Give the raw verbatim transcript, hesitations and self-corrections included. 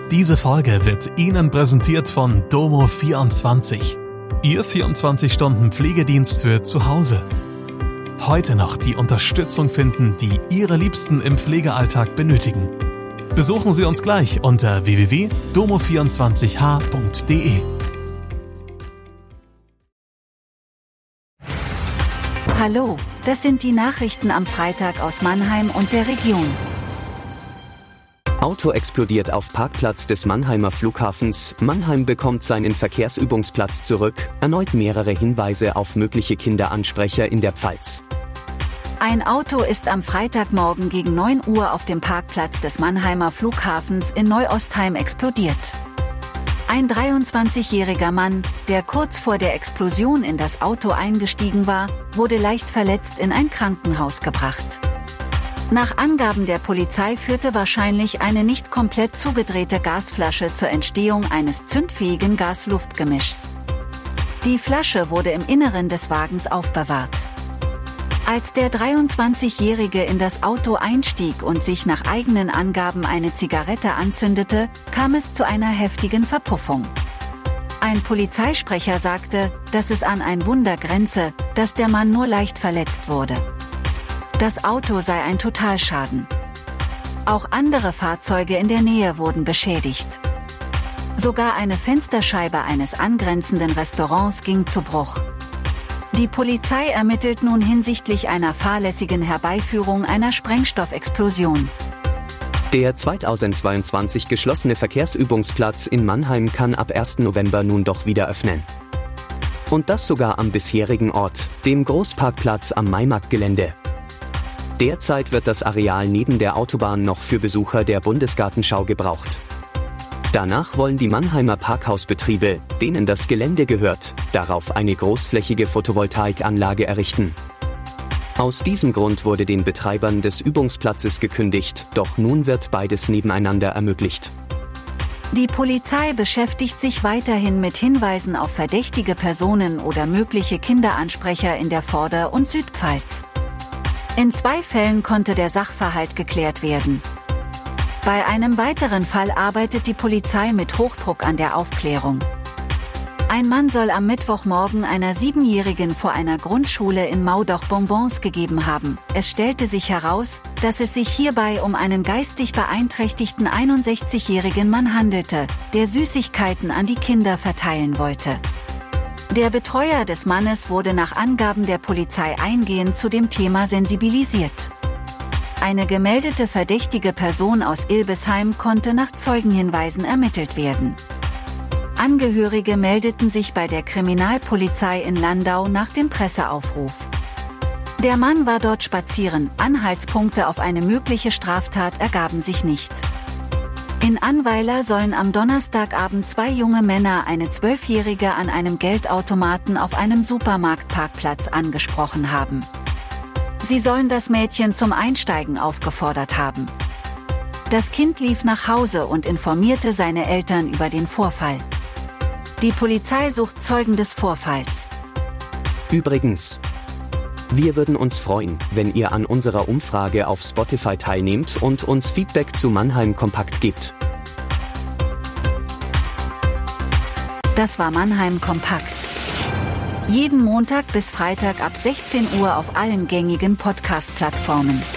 Diese Folge wird Ihnen präsentiert von Domo vierundzwanzig. Ihr vierundzwanzig Stunden Pflegedienst für zu Hause. Heute noch die Unterstützung finden, die Ihre Liebsten im Pflegealltag benötigen. Besuchen Sie uns gleich unter w w w punkt domo vierundzwanzig h punkt d e. Hallo, das sind die Nachrichten am Freitag aus Mannheim und der Region. Auto explodiert auf Parkplatz des Mannheimer Flughafens. Mannheim bekommt seinen Verkehrsübungsplatz zurück. Erneut mehrere Hinweise auf mögliche Kinderansprecher in der Pfalz. Ein Auto ist am Freitagmorgen gegen neun Uhr auf dem Parkplatz des Mannheimer Flughafens in Neuostheim explodiert. Ein dreiundzwanzigjähriger Mann, der kurz vor der Explosion in das Auto eingestiegen war, wurde leicht verletzt in ein Krankenhaus gebracht. Nach Angaben der Polizei führte wahrscheinlich eine nicht komplett zugedrehte Gasflasche zur Entstehung eines zündfähigen Gas-Luft-Gemischs. Die Flasche wurde im Inneren des Wagens aufbewahrt. Als der dreiundzwanzigjährige in das Auto einstieg und sich nach eigenen Angaben eine Zigarette anzündete, kam es zu einer heftigen Verpuffung. Ein Polizeisprecher sagte, dass es an ein Wunder grenze, dass der Mann nur leicht verletzt wurde. Das Auto sei ein Totalschaden. Auch andere Fahrzeuge in der Nähe wurden beschädigt. Sogar eine Fensterscheibe eines angrenzenden Restaurants ging zu Bruch. Die Polizei ermittelt nun hinsichtlich einer fahrlässigen Herbeiführung einer Sprengstoffexplosion. Der zweitausendzweiundzwanzig geschlossene Verkehrsübungsplatz in Mannheim kann ab ersten November nun doch wieder öffnen. Und das sogar am bisherigen Ort, dem Großparkplatz am Maimarktgelände. Derzeit wird das Areal neben der Autobahn noch für Besucher der Bundesgartenschau gebraucht. Danach wollen die Mannheimer Parkhausbetriebe, denen das Gelände gehört, darauf eine großflächige Photovoltaikanlage errichten. Aus diesem Grund wurde den Betreibern des Übungsplatzes gekündigt, doch nun wird beides nebeneinander ermöglicht. Die Polizei beschäftigt sich weiterhin mit Hinweisen auf verdächtige Personen oder mögliche Kinderansprecher in der Vorder- und Südpfalz. In zwei Fällen konnte der Sachverhalt geklärt werden. Bei einem weiteren Fall arbeitet die Polizei mit Hochdruck an der Aufklärung. Ein Mann soll am Mittwochmorgen einer Siebenjährigen vor einer Grundschule in Maudoch Bonbons gegeben haben. Es stellte sich heraus, dass es sich hierbei um einen geistig beeinträchtigten einundsechzigjährigen Mann handelte, der Süßigkeiten an die Kinder verteilen wollte. Der Betreuer des Mannes wurde nach Angaben der Polizei eingehend zu dem Thema sensibilisiert. Eine gemeldete verdächtige Person aus Ilbesheim konnte nach Zeugenhinweisen ermittelt werden. Angehörige meldeten sich bei der Kriminalpolizei in Landau nach dem Presseaufruf. Der Mann war dort spazieren, Anhaltspunkte auf eine mögliche Straftat ergaben sich nicht. In Annweiler sollen am Donnerstagabend zwei junge Männer eine Zwölfjährige an einem Geldautomaten auf einem Supermarktparkplatz angesprochen haben. Sie sollen das Mädchen zum Einsteigen aufgefordert haben. Das Kind lief nach Hause und informierte seine Eltern über den Vorfall. Die Polizei sucht Zeugen des Vorfalls. Übrigens, wir würden uns freuen, wenn ihr an unserer Umfrage auf Spotify teilnehmt und uns Feedback zu Mannheim Kompakt gebt. Das war Mannheim Kompakt. Jeden Montag bis Freitag ab sechzehn Uhr auf allen gängigen Podcast-Plattformen.